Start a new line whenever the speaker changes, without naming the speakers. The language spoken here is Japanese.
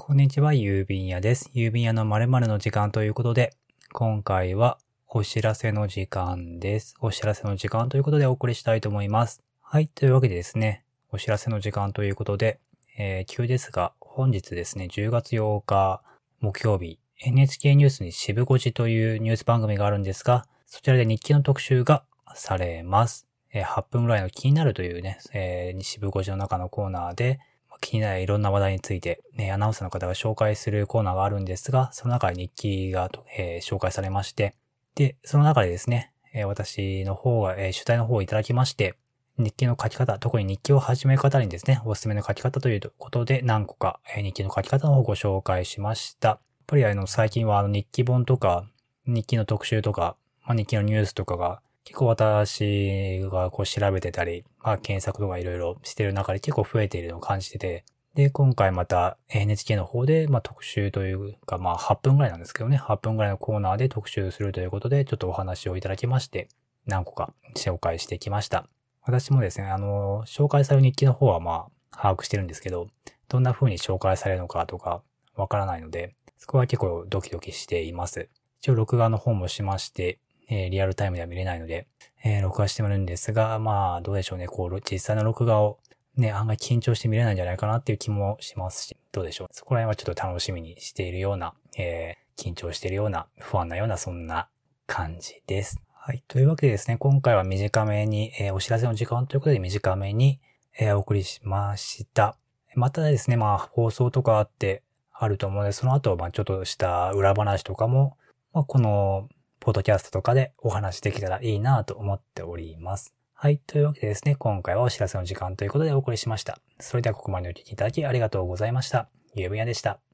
こんにちは、郵便屋です。郵便屋の〇〇の時間ということで、今回はお知らせの時間です。お知らせの時間ということでお送りしたいと思います。はい、というわけでですね、お知らせの時間ということで、急ですが、本日ですね、10月8日木曜日、NHK ニュースに渋5時というニュース番組があるんですが、そちらで日記の特集がされます。8分ぐらいの気になるというね、渋5時の中のコーナーで、気になるいろんな話題について、アナウンサーの方が紹介するコーナーがあるんですが、その中で日記が、紹介されまして、で、その中でですね、私の方が、取材の方をいただきまして、日記の書き方、特に日記を始める方にですね、おすすめの書き方ということで何個か、日記の書き方の方をご紹介しました。やっぱり最近は日記本とか、日記の特集とか、日記のニュースとかが、結構私が調べてたり、検索とかいろいろしてる中で結構増えているのを感じてて、で、今回また NHK の方で、特集というか、8分ぐらいなんですけどね、8分ぐらいのコーナーで特集するということで、ちょっとお話をいただきまして、何個か紹介してきました。私もですね、紹介される日記の方は把握してるんですけど、どんな風に紹介されるのかとか、わからないので、そこは結構ドキドキしています。一応録画の方もしまして、リアルタイムでは見れないので、録画してみるんですが、どうでしょうね、実際の録画をね、案外緊張して見れないんじゃないかなっていう気もしますし、どうでしょう。そこら辺はちょっと楽しみにしているような、緊張しているような、不安なような、そんな感じです。はい。というわけでですね、今回は短めに、お知らせの時間ということで短めに、お送りしました。またですね、放送とかあると思うので、その後、ちょっとした裏話とかも、この、ポッドキャストとかでお話できたらいいなと思っております。はい。というわけでですね、今回はお知らせの時間ということでお送りしました。それではここまでお聞きいただきありがとうございました。ゆうぶんやでした。